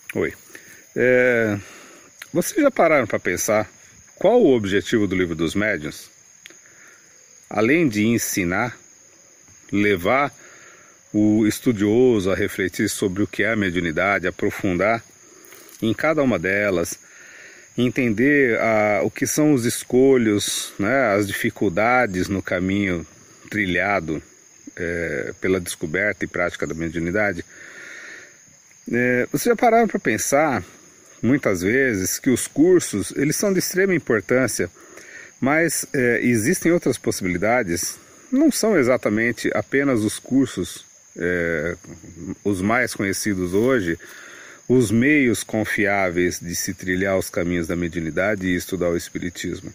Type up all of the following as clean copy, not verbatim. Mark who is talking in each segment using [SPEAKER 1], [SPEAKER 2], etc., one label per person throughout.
[SPEAKER 1] Oi. Vocês já pararam para pensar qual o objetivo do Livro dos Médiuns? Além de ensinar, levar o estudioso a refletir sobre o que é a mediunidade, aprofundar em cada uma delas, entender o que são os escolhos, né, as dificuldades no caminho trilhado pela descoberta e prática da mediunidade. Vocês já pararam para pensar, muitas vezes, que os cursos eles são de extrema importância, mas existem outras possibilidades, não são exatamente apenas os cursos, os mais conhecidos hoje, os meios confiáveis de se trilhar os caminhos da mediunidade e estudar o Espiritismo.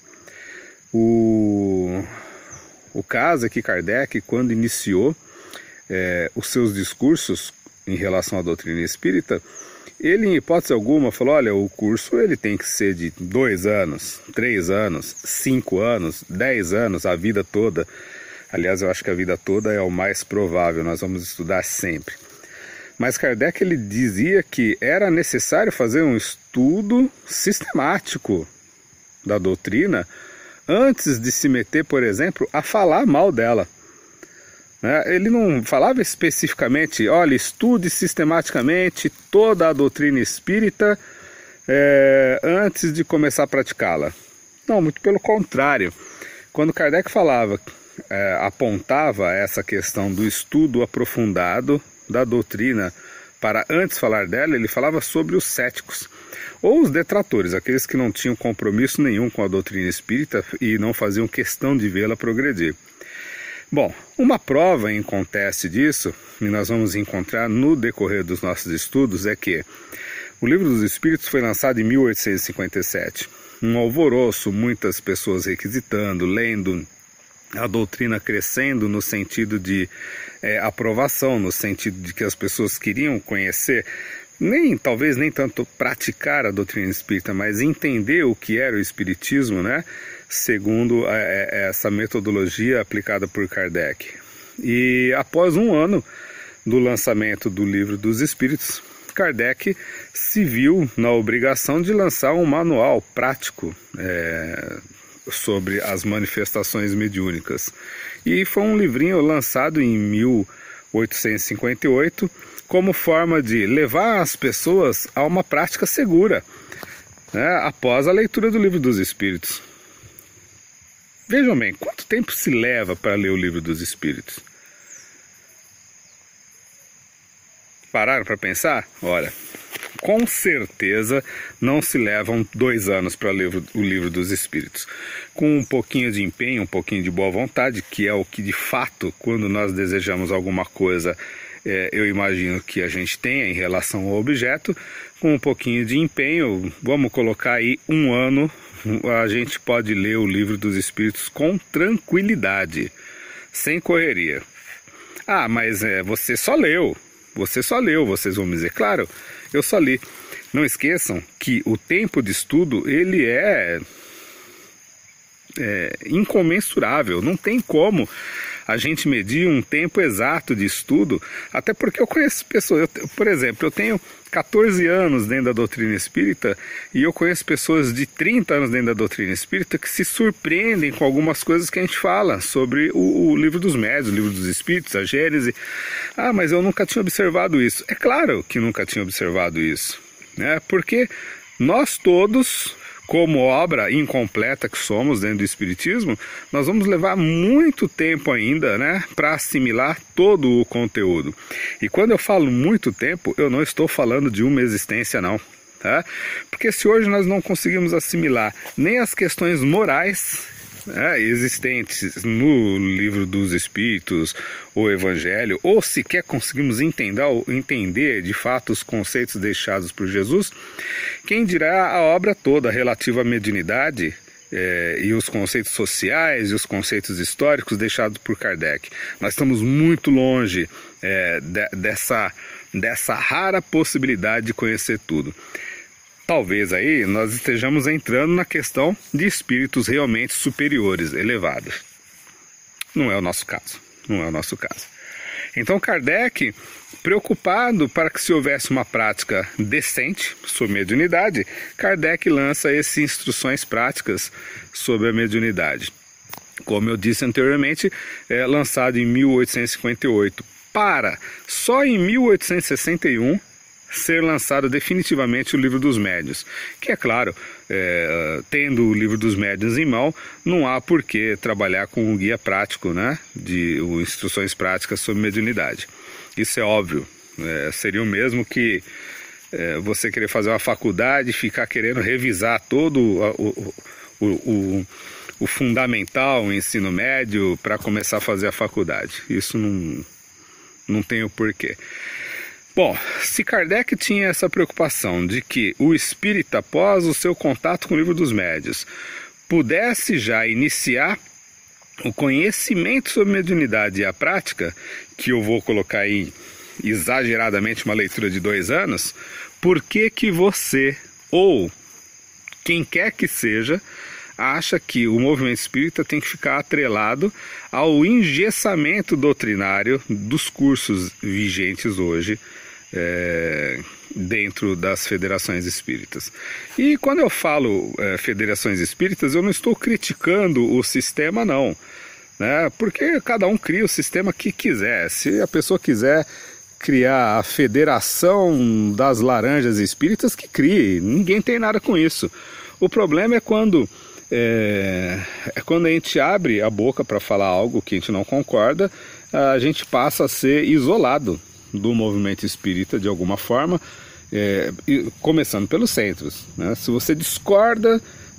[SPEAKER 1] O caso é que Kardec, quando iniciou os seus discursos em relação à doutrina espírita, ele, em hipótese alguma, falou: olha, o curso ele tem que ser de 2 anos, 3 anos, 5 anos, 10 anos, a vida toda. Aliás, eu acho que a vida toda é o mais provável, nós vamos estudar sempre. Mas Kardec ele dizia que era necessário fazer um estudo sistemático da doutrina antes de se meter, por exemplo, a falar mal dela. Ele não falava especificamente: olha, estude sistematicamente toda a doutrina espírita antes de começar a praticá-la. Não, muito pelo contrário. Quando Kardec falava, apontava essa questão do estudo aprofundado da doutrina para antes falar dela, ele falava sobre os céticos, ou os detratores, aqueles que não tinham compromisso nenhum com a doutrina espírita e não faziam questão de vê-la progredir. Bom, uma prova em conteste disso, e nós vamos encontrar no decorrer dos nossos estudos, é que o Livro dos Espíritos foi lançado em 1857. Um alvoroço, muitas pessoas requisitando, lendo, a doutrina crescendo no sentido de aprovação, no sentido de que as pessoas queriam conhecer, talvez nem tanto praticar a doutrina espírita, mas entender o que era o espiritismo, né? Segundo essa metodologia aplicada por Kardec. E após 1 ano do lançamento do Livro dos Espíritos, Kardec se viu na obrigação de lançar um manual prático sobre as manifestações mediúnicas. E foi um livrinho lançado em 1858 como forma de levar as pessoas a uma prática segura, após a leitura do Livro dos Espíritos. Vejam bem, quanto tempo se leva para ler o Livro dos Espíritos? Pararam para pensar? Olha, com certeza não se levam 2 anos para ler o Livro dos Espíritos. Com um pouquinho de empenho, um pouquinho de boa vontade, que é o que de fato, quando nós desejamos alguma coisa, eu imagino que a gente tenha em relação ao objeto, com um pouquinho de empenho, vamos colocar aí 1 ano, a gente pode ler o Livro dos Espíritos com tranquilidade, sem correria. Ah, mas você só leu, vocês vão me dizer. Claro, eu só li. Não esqueçam que o tempo de estudo, ele é incomensurável, não tem como a gente medir um tempo exato de estudo, até porque eu conheço pessoas, por exemplo, eu tenho 14 anos dentro da doutrina espírita e eu conheço pessoas de 30 anos dentro da doutrina espírita que se surpreendem com algumas coisas que a gente fala sobre o Livro dos Médiuns, o Livro dos Espíritos, a Gênese. Ah, mas eu nunca tinha observado isso. É claro que nunca tinha observado isso, porque nós todos, como obra incompleta que somos dentro do Espiritismo, nós vamos levar muito tempo ainda, para assimilar todo o conteúdo. E quando eu falo muito tempo, eu não estou falando de uma existência não, Porque se hoje nós não conseguimos assimilar nem as questões morais existentes no Livro dos Espíritos, o Evangelho, ou sequer conseguimos entender de fato os conceitos deixados por Jesus, quem dirá a obra toda relativa à mediunidade e os conceitos sociais e os conceitos históricos deixados por Kardec. Nós estamos muito longe dessa rara possibilidade de conhecer tudo. Talvez aí nós estejamos entrando na questão de espíritos realmente superiores, elevados. Não é o nosso caso. Então Kardec, Preocupado para que se houvesse uma prática decente sobre mediunidade, Kardec lança essas instruções práticas sobre a mediunidade. Como eu disse anteriormente, é lançado em 1858, para só em 1861 ser lançado definitivamente o Livro dos Médiuns, que é claro, tendo o Livro dos Médiuns em mão, não há por que trabalhar com um guia prático, né, de instruções práticas sobre mediunidade. Isso é óbvio, seria o mesmo que você querer fazer uma faculdade e ficar querendo revisar todo o fundamental, o ensino médio, para começar a fazer a faculdade. Isso não tem o porquê. Bom, se Kardec tinha essa preocupação de que o espírita, após o seu contato com o Livro dos Médiuns, pudesse já iniciar o conhecimento sobre mediunidade e a prática, que eu vou colocar aí exageradamente uma leitura de 2 anos, por que que você, ou quem quer que seja, acha que o movimento espírita tem que ficar atrelado ao engessamento doutrinário dos cursos vigentes hoje dentro das federações espíritas? E quando eu falo federações espíritas, eu não estou criticando o sistema, não, né? Porque cada um cria o sistema que quiser. Se a pessoa quiser criar a Federação das Laranjas Espíritas, que crie, ninguém tem nada com isso. O problema é quando a gente abre a boca para falar algo que a gente não concorda, a gente passa a ser isolado do movimento espírita de alguma forma, começando pelos centros, né? Se você discorda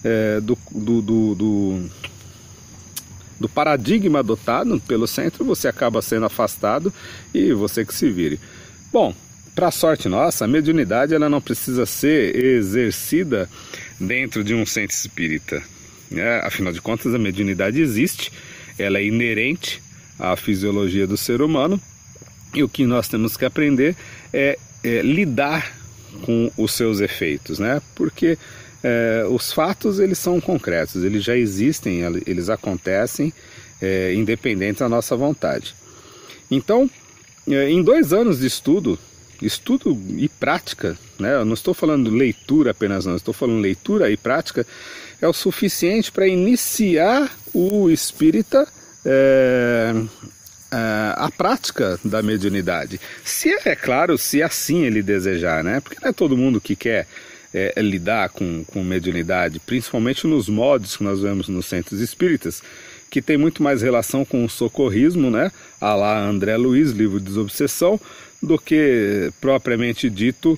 [SPEAKER 1] do paradigma adotado pelo centro, você acaba sendo afastado e você que se vire. Bom, para sorte nossa, a mediunidade ela não precisa ser exercida dentro de um centro espírita, né? Afinal de contas, a mediunidade existe, ela é inerente à fisiologia do ser humano, e o que nós temos que aprender é lidar com os seus efeitos, né? Porque os fatos eles são concretos, eles já existem, eles acontecem independente da nossa vontade. Então, em 2 anos de estudo e prática, né? Eu não estou falando leitura apenas, não, estou falando leitura e prática, é o suficiente para iniciar o espírita a prática da mediunidade. É claro, se assim ele desejar, né? Porque não é todo mundo que quer lidar com mediunidade, principalmente nos modos que nós vemos nos centros espíritas, que tem muito mais relação com o socorrismo, né? A lá André Luiz, livro de Desobsessão, do que propriamente dito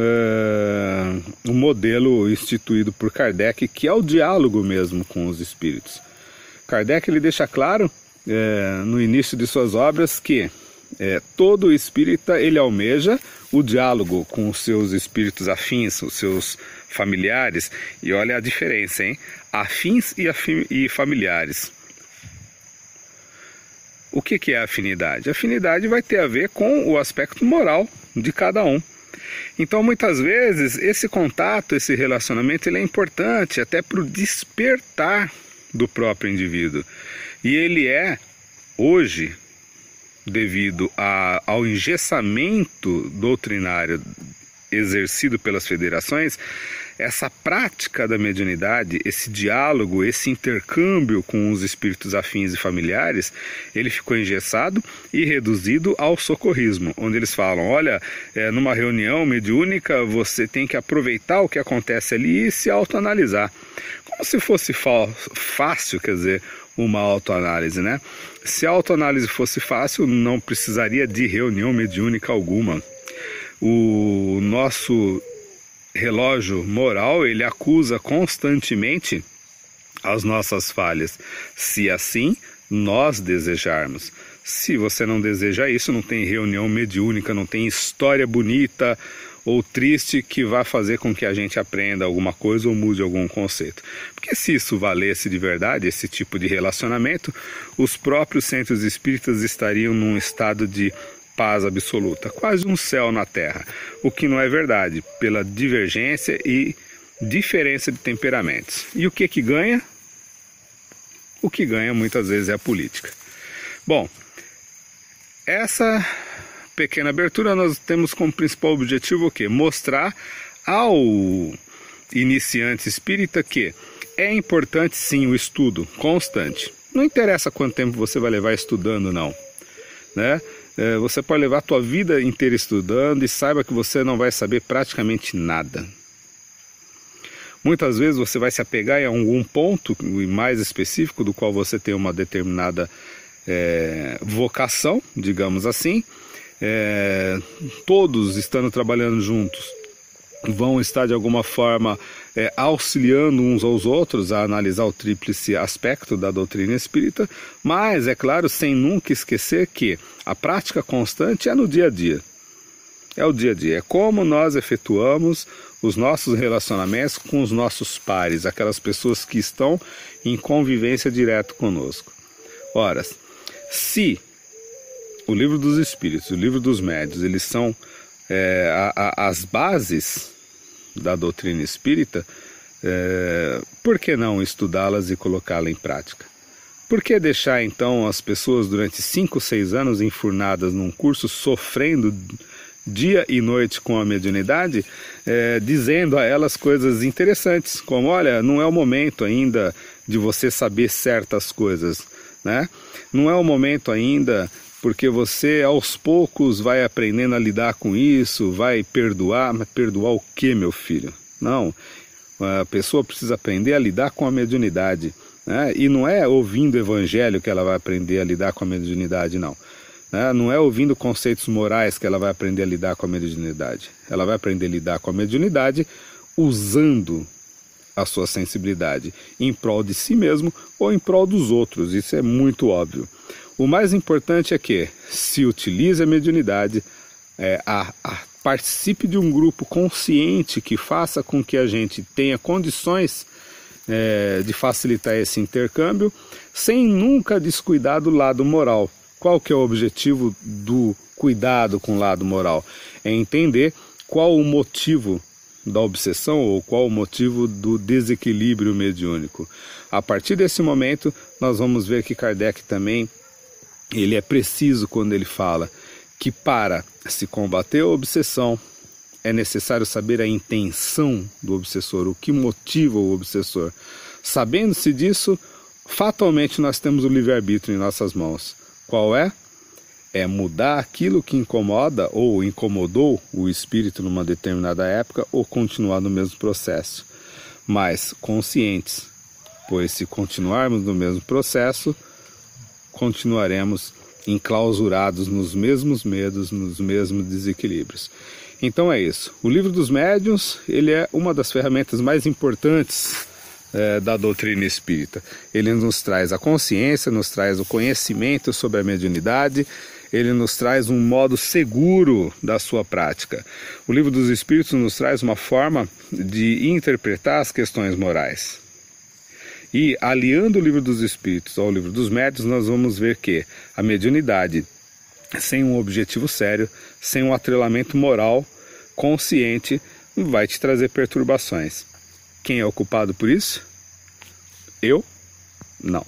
[SPEAKER 1] o modelo instituído por Kardec, que é o diálogo mesmo com os espíritos. Kardec ele deixa claro no início de suas obras que todo espírita ele almeja o diálogo com os seus espíritos afins, os seus familiares, e olha a diferença, hein? Afins e familiares. O que é afinidade? Afinidade vai ter a ver com o aspecto moral de cada um. Então, muitas vezes, esse contato, esse relacionamento, ele é importante até para o despertar do próprio indivíduo. E ele hoje, devido ao engessamento doutrinário exercido pelas federações, essa prática da mediunidade, esse diálogo, esse intercâmbio com os espíritos afins e familiares, ele ficou engessado e reduzido ao socorrismo, onde eles falam, olha, numa reunião mediúnica você tem que aproveitar o que acontece ali e se autoanalisar. Como se fosse fácil, quer dizer, uma autoanálise, né? Se a autoanálise fosse fácil, não precisaria de reunião mediúnica alguma. O nosso relógio moral, ele acusa constantemente as nossas falhas, se assim nós desejarmos. Se você não deseja isso, não tem reunião mediúnica, não tem história bonita ou triste que vá fazer com que a gente aprenda alguma coisa ou mude algum conceito. Porque se isso valesse de verdade, esse tipo de relacionamento, os próprios centros espíritas estariam num estado de paz absoluta, quase um céu na terra, o que não é verdade, pela divergência e diferença de temperamentos. E o que ganha? O que ganha muitas vezes é a política. Bom, essa pequena abertura, nós temos como principal objetivo o quê? Mostrar ao iniciante espírita que é importante sim o estudo constante. Não interessa quanto tempo você vai levar estudando, não, né? Você pode levar a tua vida inteira estudando e saiba que você não vai saber praticamente nada. Muitas vezes você vai se apegar em algum ponto mais específico do qual você tem uma determinada vocação, digamos assim. Todos estando trabalhando juntos vão estar de alguma forma auxiliando uns aos outros a analisar o tríplice aspecto da doutrina espírita, mas é claro, sem nunca esquecer que a prática constante é no dia a dia. É o dia a dia, é como nós efetuamos os nossos relacionamentos com os nossos pares, aquelas pessoas que estão em convivência direta conosco. Ora, se o livro dos Espíritos, o livro dos Médiuns, eles são as bases da doutrina espírita, por que não estudá-las e colocá-la em prática? Por que deixar então as pessoas durante 5, 6 anos enfurnadas num curso, sofrendo dia e noite com a mediunidade, dizendo a elas coisas interessantes, como, olha, não é o momento ainda de você saber certas coisas, né? Não é o momento ainda, porque você aos poucos vai aprendendo a lidar com isso, vai perdoar. Mas perdoar o quê, meu filho? Não, a pessoa precisa aprender a lidar com a mediunidade, né? E não é ouvindo o evangelho que ela vai aprender a lidar com a mediunidade, não. Não é ouvindo conceitos morais que ela vai aprender a lidar com a mediunidade. Ela vai aprender a lidar com a mediunidade usando a sua sensibilidade em prol de si mesmo ou em prol dos outros. Isso é muito óbvio. O mais importante é que se utilize a mediunidade, participe de um grupo consciente que faça com que a gente tenha condições de facilitar esse intercâmbio, sem nunca descuidar do lado moral. Qual que é o objetivo do cuidado com o lado moral? É entender qual o motivo da obsessão ou qual o motivo do desequilíbrio mediúnico. A partir desse momento, nós vamos ver que Kardec também, ele é preciso quando ele fala que para se combater a obsessão, é necessário saber a intenção do obsessor, o que motiva o obsessor. Sabendo-se disso, fatalmente nós temos o livre-arbítrio em nossas mãos. Qual é? É mudar aquilo que incomoda ou incomodou o espírito numa determinada época ou continuar no mesmo processo. Mas conscientes, pois se continuarmos no mesmo processo, continuaremos enclausurados nos mesmos medos, nos mesmos desequilíbrios. Então é isso. O livro dos médiuns, ele é uma das ferramentas mais importantes da doutrina espírita. Ele nos traz a consciência, nos traz o conhecimento sobre a mediunidade, ele nos traz um modo seguro da sua prática. O livro dos Espíritos nos traz uma forma de interpretar as questões morais. E aliando o livro dos Espíritos ao livro dos Médiuns, nós vamos ver que a mediunidade, sem um objetivo sério, sem um atrelamento moral consciente, vai te trazer perturbações. Quem é o culpado por isso? Eu? Não.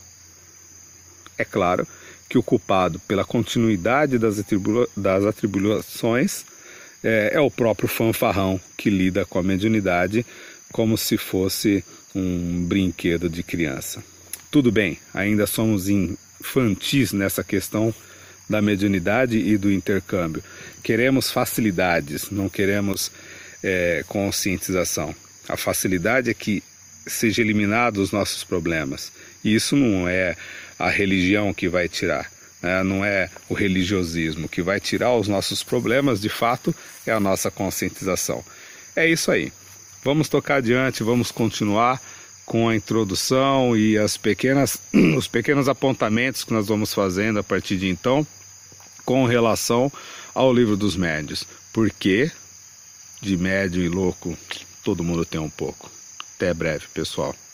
[SPEAKER 1] É claro que o culpado pela continuidade das atribulações é o próprio fanfarrão que lida com a mediunidade como se fosse um brinquedo de criança. Tudo bem, ainda somos infantis nessa questão da mediunidade e do intercâmbio. Queremos facilidades, não queremos conscientização. A facilidade é que seja eliminado os nossos problemas. E isso não é a religião que vai tirar, né? Não é o religiosismo que vai tirar os nossos problemas, de fato, é a nossa conscientização. É isso aí. Vamos tocar adiante, vamos continuar com a introdução e os pequenos apontamentos que nós vamos fazendo a partir de então com relação ao livro dos médiuns. Porque de médium e louco todo mundo tem um pouco. Até breve, pessoal.